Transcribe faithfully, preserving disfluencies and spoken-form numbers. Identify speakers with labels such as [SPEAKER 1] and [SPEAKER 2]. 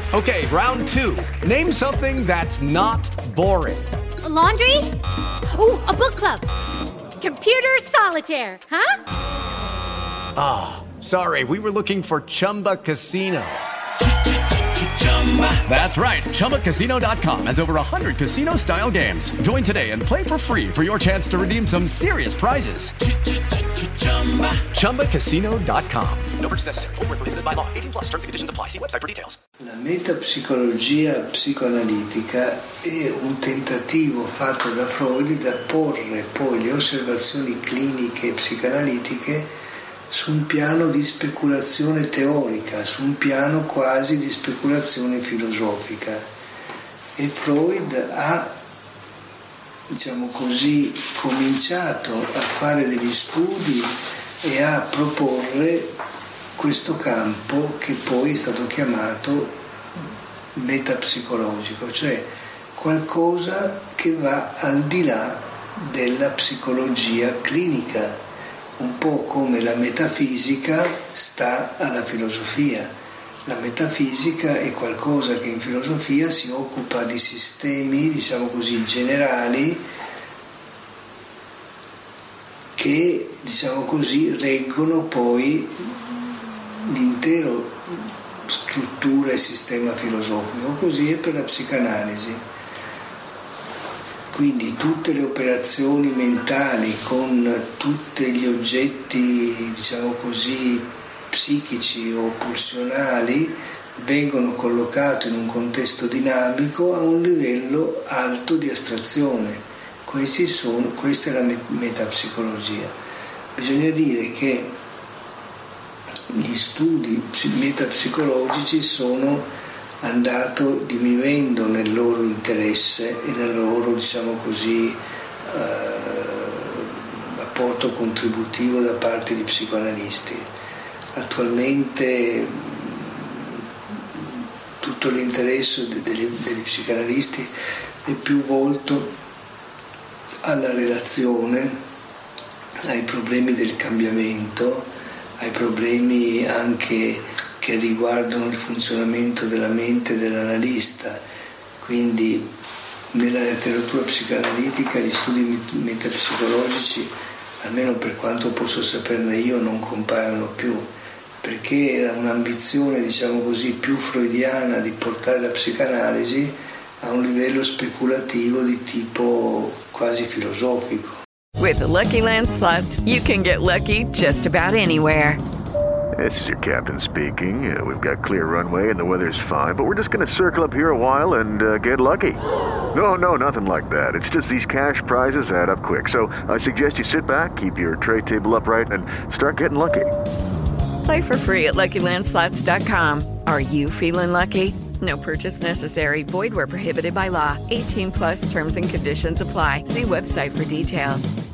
[SPEAKER 1] Okay, round two. Name something that's not boring.
[SPEAKER 2] A laundry? Ooh, a book club. Computer solitaire, huh?
[SPEAKER 1] Ah, oh, sorry, we were looking for Chumba Casino. That's right, Chumba Casino dot com has over one hundred casino-style games. Join today and play for free for your chance to redeem some serious prizes. Chumba Casino dot com. No purchase necessary. Void where prohibited by law. eighteen plus terms and conditions apply. See website for details.
[SPEAKER 3] La metapsicologia psicoanalitica è un tentativo fatto da Freud da porre poi le osservazioni cliniche e psicanalitiche su un piano di speculazione teorica, su un piano quasi di speculazione filosofica. E Freud ha, diciamo così, cominciato a fare degli studi e a proporre questo campo che poi è stato chiamato metapsicologico, cioè qualcosa che va al di là della psicologia clinica, un po' come la metafisica sta alla filosofia. La metafisica è qualcosa che in filosofia si occupa di sistemi, diciamo così, generali che, diciamo così, reggono poi l'intera struttura e sistema filosofico. Così è per la psicanalisi. Quindi tutte le operazioni mentali con tutti gli oggetti, diciamo così, psichici o pulsionali vengono collocati in un contesto dinamico a un livello alto di astrazione. Questi sono, questa è la metapsicologia. Bisogna dire che gli studi metapsicologici sono andato diminuendo nel loro interesse e nel loro, diciamo così, eh, apporto contributivo da parte di psicoanalisti. Attualmente tutto l'interesse degli, degli psicanalisti è più volto alla relazione, ai problemi del cambiamento, ai problemi anche che riguardano il funzionamento della mente dell'analista. Quindi nella letteratura psicoanalitica gli studi metapsicologici, almeno per quanto posso saperne io, non compaiono più, perché era un'ambizione, diciamo così, più freudiana di portare la psicanalisi a un livello speculativo di tipo quasi filosofico.
[SPEAKER 4] With the Lucky Land Slots, you can get lucky just about anywhere.
[SPEAKER 5] This is your captain speaking. Uh, we've got clear runway and the weather's fine, but we're just going to circle up here a while and uh, get lucky. No, no, nothing like that. It's just these cash prizes add up quick. So I suggest you sit back, keep your tray table upright, and start getting lucky.
[SPEAKER 4] Play for free at Lucky Land Slots dot com. Are you feeling lucky? No purchase necessary. Void where prohibited by law. eighteen plus terms and conditions apply. See website for details.